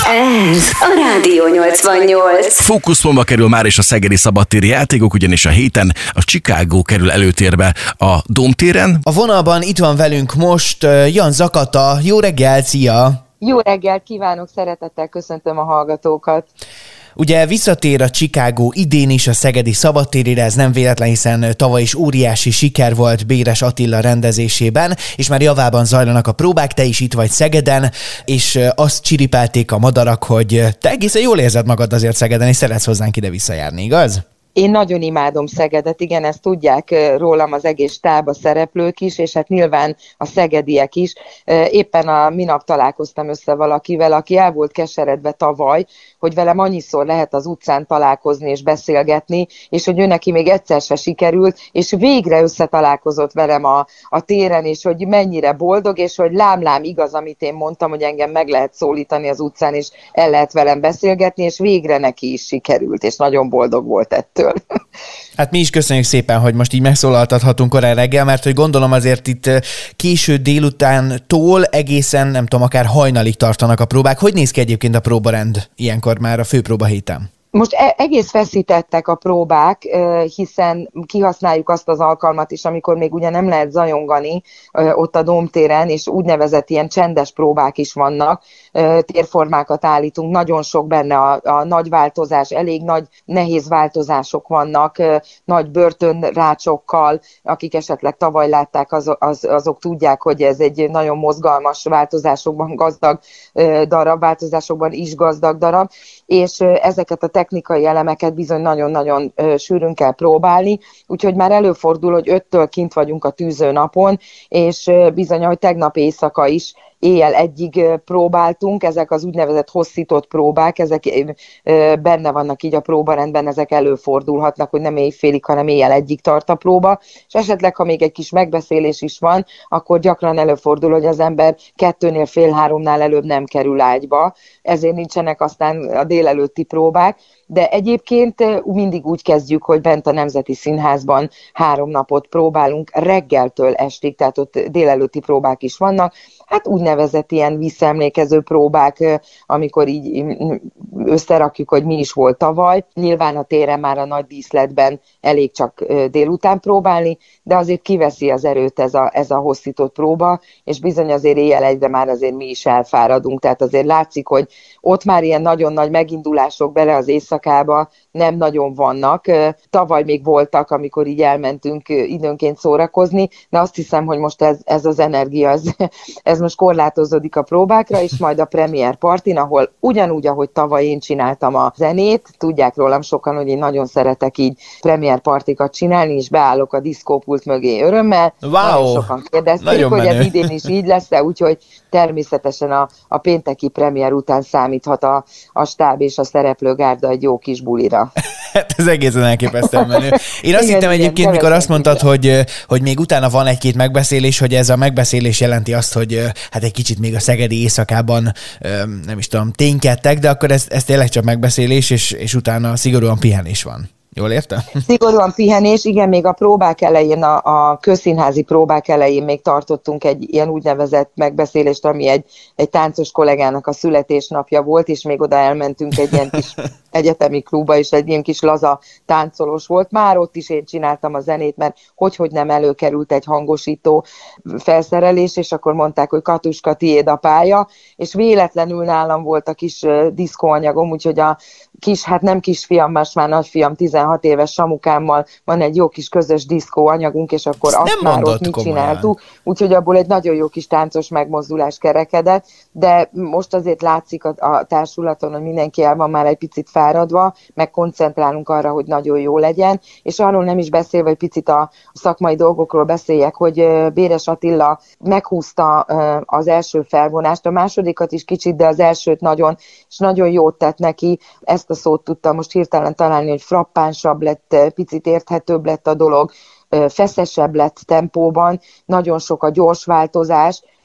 Ez a Rádió 88. Fókuszpontba kerül már is a szegedi szabadtéri játékok, ugyanis a héten a Chicago kerül előtérbe a Dómtéren. A vonalban itt van velünk most Jan Zakata. Jó reggel, szia! Jó reggelt kívánok, szeretettel köszöntöm a hallgatókat. Ugye visszatér a Chicago idén is a szegedi szabadtérire, ez nem véletlen, hiszen tavaly is óriási siker volt Béres Attila rendezésében, és már javában zajlanak a próbák, te is itt vagy Szegeden, és azt csiripelték a madarak, hogy te egészen jól érzed magad azért Szegeden, és szeretsz hozzánk ide visszajárni, igaz? Én nagyon imádom Szegedet, igen, ezt tudják rólam az egész stáb, a szereplők is, és hát nyilván a szegediek is. Éppen a minap találkoztam össze valakivel, aki el volt keseredve tavaly, hogy velem annyiszor lehet az utcán találkozni és beszélgetni, és hogy ő neki még egyszer se sikerült, és végre összetalálkozott velem a téren, és hogy mennyire boldog, és hogy lám igaz, amit én mondtam, hogy engem meg lehet szólítani az utcán, és el lehet velem beszélgetni, és végre neki is sikerült, és nagyon boldog volt ettől. Hát mi is köszönjük szépen, hogy most így megszólaltathatunk korán reggel, mert hogy gondolom azért itt késő délutántól egészen, nem tudom, akár hajnalig tartanak a próbák. Hogy néz ki egyébként a próbarend ilyenkor már a főpróba héten? Most egész feszítettek a próbák, hiszen kihasználjuk azt az alkalmat is, amikor még ugye nem lehet zajongani ott a Dómtéren, és úgynevezett ilyen csendes próbák is vannak, térformákat állítunk, nagyon sok benne a nagy változás, elég nagy nehéz változások vannak, nagy börtönrácsokkal, akik esetleg tavaly látták, azok tudják, hogy ez egy nagyon mozgalmas változásokban gazdag darab, változásokban is gazdag darab, és ezeket a technikai elemeket bizony nagyon-nagyon sűrűn kell próbálni, úgyhogy már előfordul, hogy 5-től kint vagyunk a tűzőnapon, és bizony, hogy tegnap éjszaka is éjjel egyig próbáltunk, ezek az úgynevezett hosszított próbák, ezek benne vannak így a próbarendben, ezek előfordulhatnak, hogy nem éjfélig, hanem éjjel egyig tart a próba, és esetleg, ha még egy kis megbeszélés is van, akkor gyakran előfordul, hogy az ember 2-nél fél 3-nál előbb nem kerül ágyba, ezért nincsenek aztán a délelőtti próbák, de egyébként mindig úgy kezdjük, hogy bent a Nemzeti Színházban 3 napot próbálunk reggeltől estig, tehát ott délelőtti próbák is vannak, hát úgynevezett ilyen visszaemlékező próbák, amikor így összerakjuk, hogy mi is volt tavaly. Nyilván a téren már a nagy díszletben elég csak délután próbálni, de azért kiveszi az erőt ez a hosszított próba, és bizony azért éjjel egyre már azért mi is elfáradunk, tehát azért látszik, hogy ott már ilyen nagyon nagy megindulások bele az éjszakába nem nagyon vannak. Tavaly még voltak, amikor így elmentünk időnként szórakozni, de azt hiszem, hogy most ez az energia, ez most korlátozódik a próbákra, és majd a Premier Partin, ahol ugyanúgy, ahogy tavaly én csináltam a zenét, tudják rólam sokan, hogy én nagyon szeretek így Premier Partikat csinálni, és beállok a diszkópult mögé örömmel. Wow. Nagyon sokan kérdezték, Nagyon hogy menő. ez idén is így lesz-e, úgyhogy természetesen a pénteki premier után számíthat a stáb és a szereplőgárda egy jó kis bulira. Hát ez egészen elképesztően menő. Én azt hittem egyébként, mikor azt mondtad, hogy még utána van egy-két megbeszélés, hogy ez a megbeszélés jelenti azt, hogy hát egy kicsit még a szegedi éjszakában nem is tudom, ténykedtek, de akkor ez tényleg csak megbeszélés, és utána szigorúan pihenés van. Jól értem? Szigorúan pihenés, igen, még a próbák elején, a közszínházi próbák elején még tartottunk egy ilyen úgynevezett megbeszélést, ami egy táncos kollégának a születésnapja volt, és még oda elmentünk egy ilyen kis egyetemi klubba, és egy ilyen kis laza táncolós volt. Már ott is én csináltam a zenét, mert hogy nem előkerült egy hangosító felszerelés, és akkor mondták, hogy Katuska, tiéd a pálya, és véletlenül nálam volt a kis diszkóanyagom, úgyhogy a kis, hát nem kisfiam, más már nagyfiam, 16 éves Samukámmal van egy jó kis közös diszkóanyagunk, és akkor azt már ott mit csináltuk, úgyhogy abból egy nagyon jó kis táncos megmozdulás kerekedett, de most azért látszik a társulaton, hogy mindenki el van már egy picit fáradva, meg koncentrálunk arra, hogy nagyon jó legyen, és arról nem is beszélve, hogy picit a szakmai dolgokról beszéljek, hogy Béres Attila meghúzta az első felvonást, a másodikat is kicsit, de az elsőt nagyon, és nagyon jót tett neki. Ezt a szót tudtam most hirtelen találni, hogy frappánsabb lett, picit érthetőbb lett a dolog, feszesebb lett tempóban, nagyon sok a gyors változás,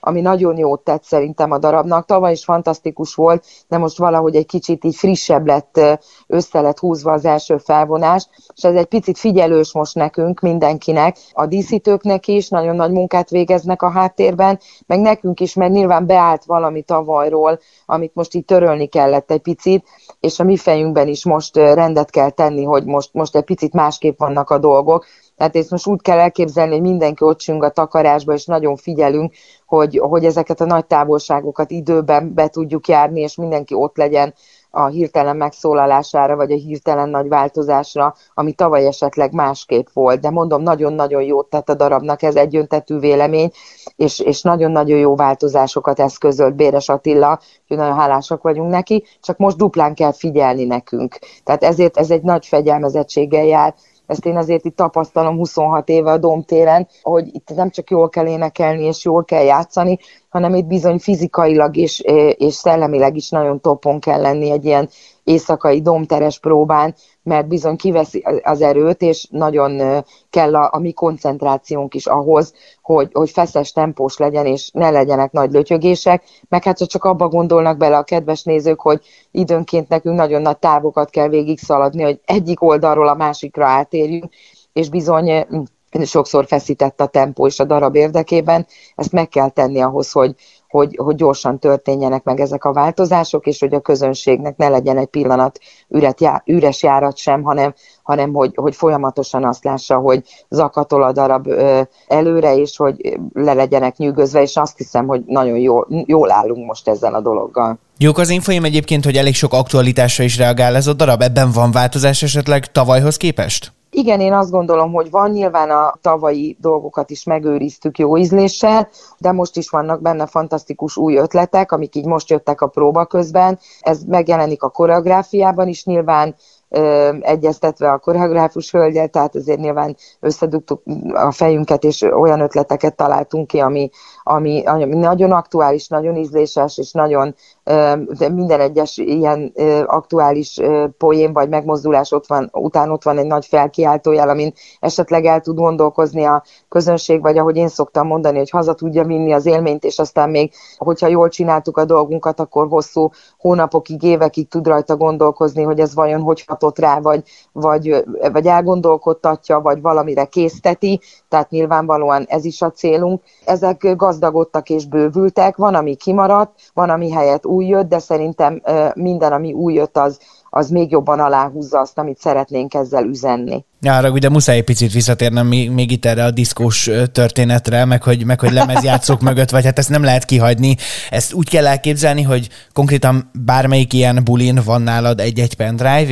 ami nagyon jót tett szerintem a darabnak. Tavaly is fantasztikus volt, de most valahogy egy kicsit így frissebb lett, össze lett húzva az első felvonás, és ez egy picit figyelős most nekünk, mindenkinek, a díszítőknek is, nagyon nagy munkát végeznek a háttérben, meg nekünk is, mert nyilván beállt valami tavalyról, amit most így törölni kellett egy picit, és a mi fejünkben is most rendet kell tenni, hogy most egy picit másképp vannak a dolgok. Tehát ezt most úgy kell elképzelni, hogy mindenki ott csüng a takarásba, és nagyon figyelünk, hogy ezeket a nagy távolságokat időben be tudjuk járni, és mindenki ott legyen a hirtelen megszólalására, vagy a hirtelen nagy változásra, ami tavaly esetleg másképp volt. De mondom, nagyon-nagyon jót tett a darabnak, ez egyöntetű vélemény, és nagyon-nagyon jó változásokat eszközölt Béres Attila, úgyhogy nagyon hálásak vagyunk neki, csak most duplán kell figyelni nekünk. Tehát ezért ez egy nagy fegyelmezettséggel jár. Ezt én azért itt tapasztalom 26 éve a Dómtéren, hogy itt nem csak jól kell énekelni és jól kell játszani, hanem itt bizony fizikailag és szellemileg is nagyon toppon kell lenni egy ilyen éjszakai domteres próbán, mert bizony kiveszi az erőt, és nagyon kell a mi koncentrációnk is ahhoz, hogy feszes tempós legyen, és ne legyenek nagy lötyögések, meg hát csak abba gondolnak bele a kedves nézők, hogy időnként nekünk nagyon nagy távokat kell végig szaladni, hogy egyik oldalról a másikra átérjünk, és bizony sokszor feszített a tempó is a darab érdekében, ezt meg kell tenni ahhoz, hogy gyorsan történjenek meg ezek a változások, és hogy a közönségnek ne legyen egy pillanat üres járat sem, hanem hogy folyamatosan azt lássa, hogy zakatol a darab előre, és hogy le legyenek nyűgözve, és azt hiszem, hogy nagyon jól állunk most ezzel a dologgal. Jók az infoim egyébként, hogy elég sok aktualitásra is reagál ez a darab. Ebben van változás esetleg tavalyhoz képest? Igen, én azt gondolom, hogy van, nyilván a tavalyi dolgokat is megőriztük jó ízléssel, de most is vannak benne fantasztikus új ötletek, amik így most jöttek a próba közben. Ez megjelenik a koreográfiában is nyilván, egyeztetve a koreográfus hölgyel, tehát azért nyilván összedugtuk a fejünket, és olyan ötleteket találtunk ki, ami nagyon aktuális, nagyon ízléses, és nagyon minden egyes ilyen aktuális poén vagy megmozdulás után ott van egy nagy felkiáltójel, amin esetleg el tud gondolkozni a közönség, vagy ahogy én szoktam mondani, hogy haza tudja vinni az élményt, és aztán még, hogyha jól csináltuk a dolgunkat, akkor hosszú hónapokig, évekig tud rajta gondolkozni, hogy ez vajon hogy hatott rá, vagy elgondolkodtatja, vagy valamire készteti, tehát nyilvánvalóan ez is a célunk. Ezek gazdagodtak és bővültek, van, ami kimaradt, van, ami helyett új jött, de szerintem minden, ami új jött, az még jobban aláhúzza azt, amit szeretnénk ezzel üzenni. Ja, de muszáj egy picit visszatérnem még itt erre a diszkós történetre, meg hogy lemezjátszók mögött, vagy hát ezt nem lehet kihagyni. Ezt úgy kell elképzelni, hogy konkrétan bármelyik ilyen bulin van nálad egy pendrive,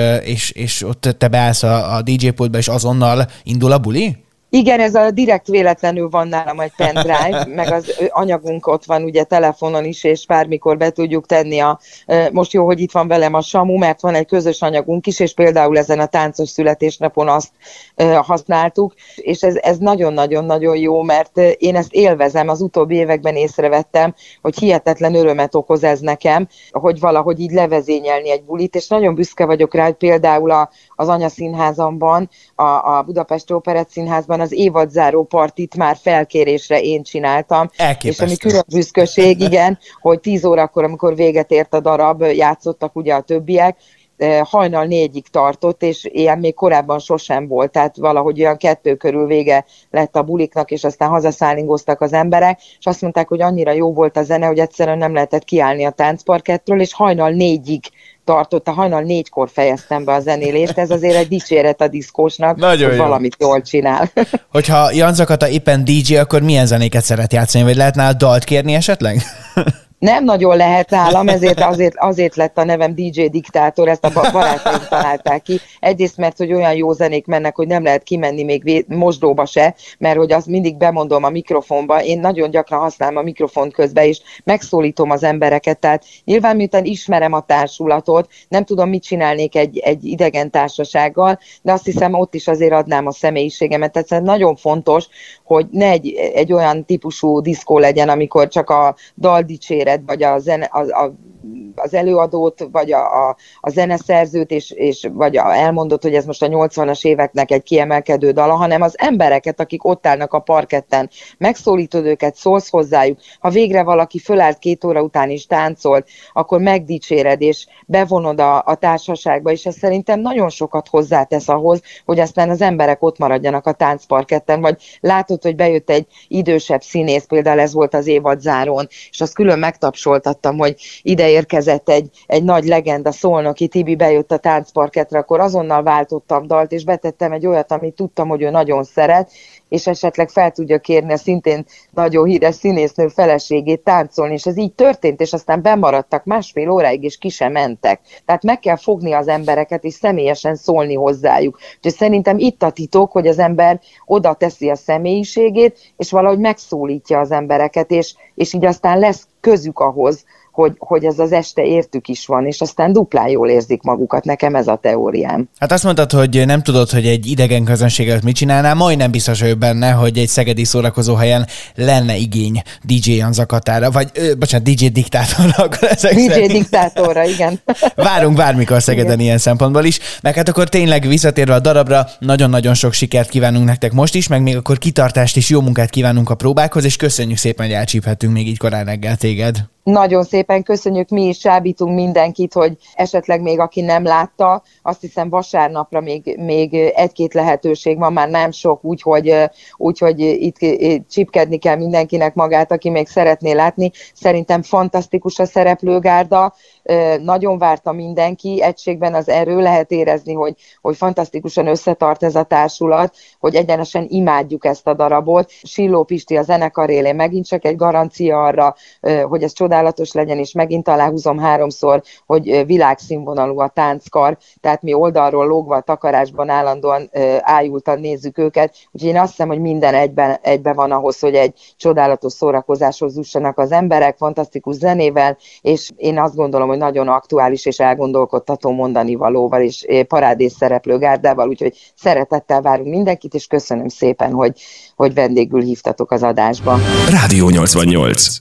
és ott te beállsz a DJ pultba, és azonnal indul a buli? Igen, ez a direkt véletlenül van nálam egy pendrive, meg az anyagunk ott van ugye telefonon is, és bármikor be tudjuk tenni most jó, hogy itt van velem a Samu, mert van egy közös anyagunk is, és például ezen a táncos születésnapon azt használtuk, és ez nagyon-nagyon-nagyon jó, mert én ezt élvezem, az utóbbi években észrevettem, hogy hihetetlen örömet okoz ez nekem, hogy valahogy így levezényelni egy bulit, és nagyon büszke vagyok rá, hogy például az Anyaszínházamban, a Budapesti Operett Színházban az évadzáró partit már felkérésre én csináltam. Elképesztő. És ami külön büszköség, igen, hogy 10 órakor, amikor véget ért a darab, játszottak ugye a többiek, hajnal 4-ig tartott, és ilyen még korábban sosem volt, tehát valahogy olyan 2 körül vége lett a buliknak, és aztán hazaszállingoztak az emberek, és azt mondták, hogy annyira jó volt a zene, hogy egyszerűen nem lehetett kiállni a táncparkettről, és hajnal 4-ig tartott, a hajnal 4-kor fejeztem be a zenélést, ez azért egy dicséret a diszkósnak, nagyon hogy jó. Valamit jól csinál. Hogyha Jan Zakata éppen DJ, akkor milyen zenéket szeret játszani, vagy lehetne a dalt kérni esetleg? Nem nagyon lehet nálam, azért lett a nevem DJ Diktátor, ezt a barátaim találták ki. Egyrészt, mert hogy olyan jó zenék mennek, hogy nem lehet kimenni még mosdóba se, mert hogy azt mindig bemondom a mikrofonba. Én nagyon gyakran használom a mikrofon közben, és megszólítom az embereket. Tehát nyilván miután ismerem a társulatot, nem tudom, mit csinálnék egy idegen társasággal, de azt hiszem, ott is azért adnám a személyiségemet. Tehát nagyon fontos, hogy ne egy olyan típusú diszkó legyen, amikor csak a dal dicséret, vagy a az előadót, vagy a zeneszerzőt, és vagy elmondott, hogy ez most a 80-as éveknek egy kiemelkedő dala, hanem az embereket, akik ott állnak a parketten, megszólítod őket, szólsz hozzájuk, ha végre valaki fölállt 2 óra után is táncolt, akkor megdicséred, és bevonod a társaságba, és ez szerintem nagyon sokat hozzátesz ahhoz, hogy aztán az emberek ott maradjanak a táncparketten, vagy látod, hogy bejött egy idősebb színész, például ez volt az évadzárón, és azt külön megtapsoltattam, hogy ide érkezett egy nagy legenda, Szolnoki Tibi bejött a táncparketre, akkor azonnal váltottam dalt, és betettem egy olyat, amit tudtam, hogy ő nagyon szeret, és esetleg fel tudja kérni a szintén nagyon híres színésznő feleségét táncolni, és ez így történt, és aztán bemaradtak 1,5 óráig, és ki sem mentek. Tehát meg kell fogni az embereket, és személyesen szólni hozzájuk. Úgyhogy szerintem itt a titok, hogy az ember oda teszi a személyiségét, és valahogy megszólítja az embereket, és így aztán lesz közük ahhoz, hogy ez az este értük is van, és aztán duplán jól érzik magukat. Nekem ez a teóriám. Hát azt mondtad, hogy nem tudod, hogy egy idegen közönség előtt mit csinálnál, majdnem biztos vagyok benne, hogy egy szegedi szórakozóhelyen lenne igény DJ Jan Zakatára, vagy DJ Diktátorra. Akkor DJ Diktátorra, igen. Várunk bármikor Szegeden ilyen szempontból is. Meg hát akkor tényleg visszatérve a darabra, nagyon-nagyon sok sikert kívánunk nektek most is, meg még akkor kitartást és jó munkát kívánunk a próbákhoz, és köszönjük szépen, hogy elcsíphetünk még így korán reggel téged. Nagyon szépen köszönjük, mi is csábítunk mindenkit, hogy esetleg még aki nem látta, azt hiszem vasárnapra még 1-2 lehetőség van, már nem sok, úgyhogy itt csipkedni kell mindenkinek magát, aki még szeretné látni. Szerintem fantasztikus a szereplőgárda, nagyon várta mindenki, egységben az erő, lehet érezni, hogy fantasztikusan összetart ez a társulat, hogy egyenesen imádjuk ezt a darabot. Silló Pisti a zenekar élén megint csak egy garancia arra, hogy ez csodálatos legyen, és megint aláhúzom 3-szor, hogy világszínvonalú a tánckar, tehát mi oldalról lógva a takarásban állandóan ájultan nézzük őket, úgyhogy én azt hiszem, hogy minden egyben van ahhoz, hogy egy csodálatos szórakozáshoz jussanak az emberek, fantasztikus zenével, és én azt gondolom, hogy nagyon aktuális és elgondolkodtató mondani valóval, és parádés szereplőgárdával, úgyhogy szeretettel várunk mindenkit, és köszönöm szépen, hogy vendégül hívtatok az adásba. Rádió 88.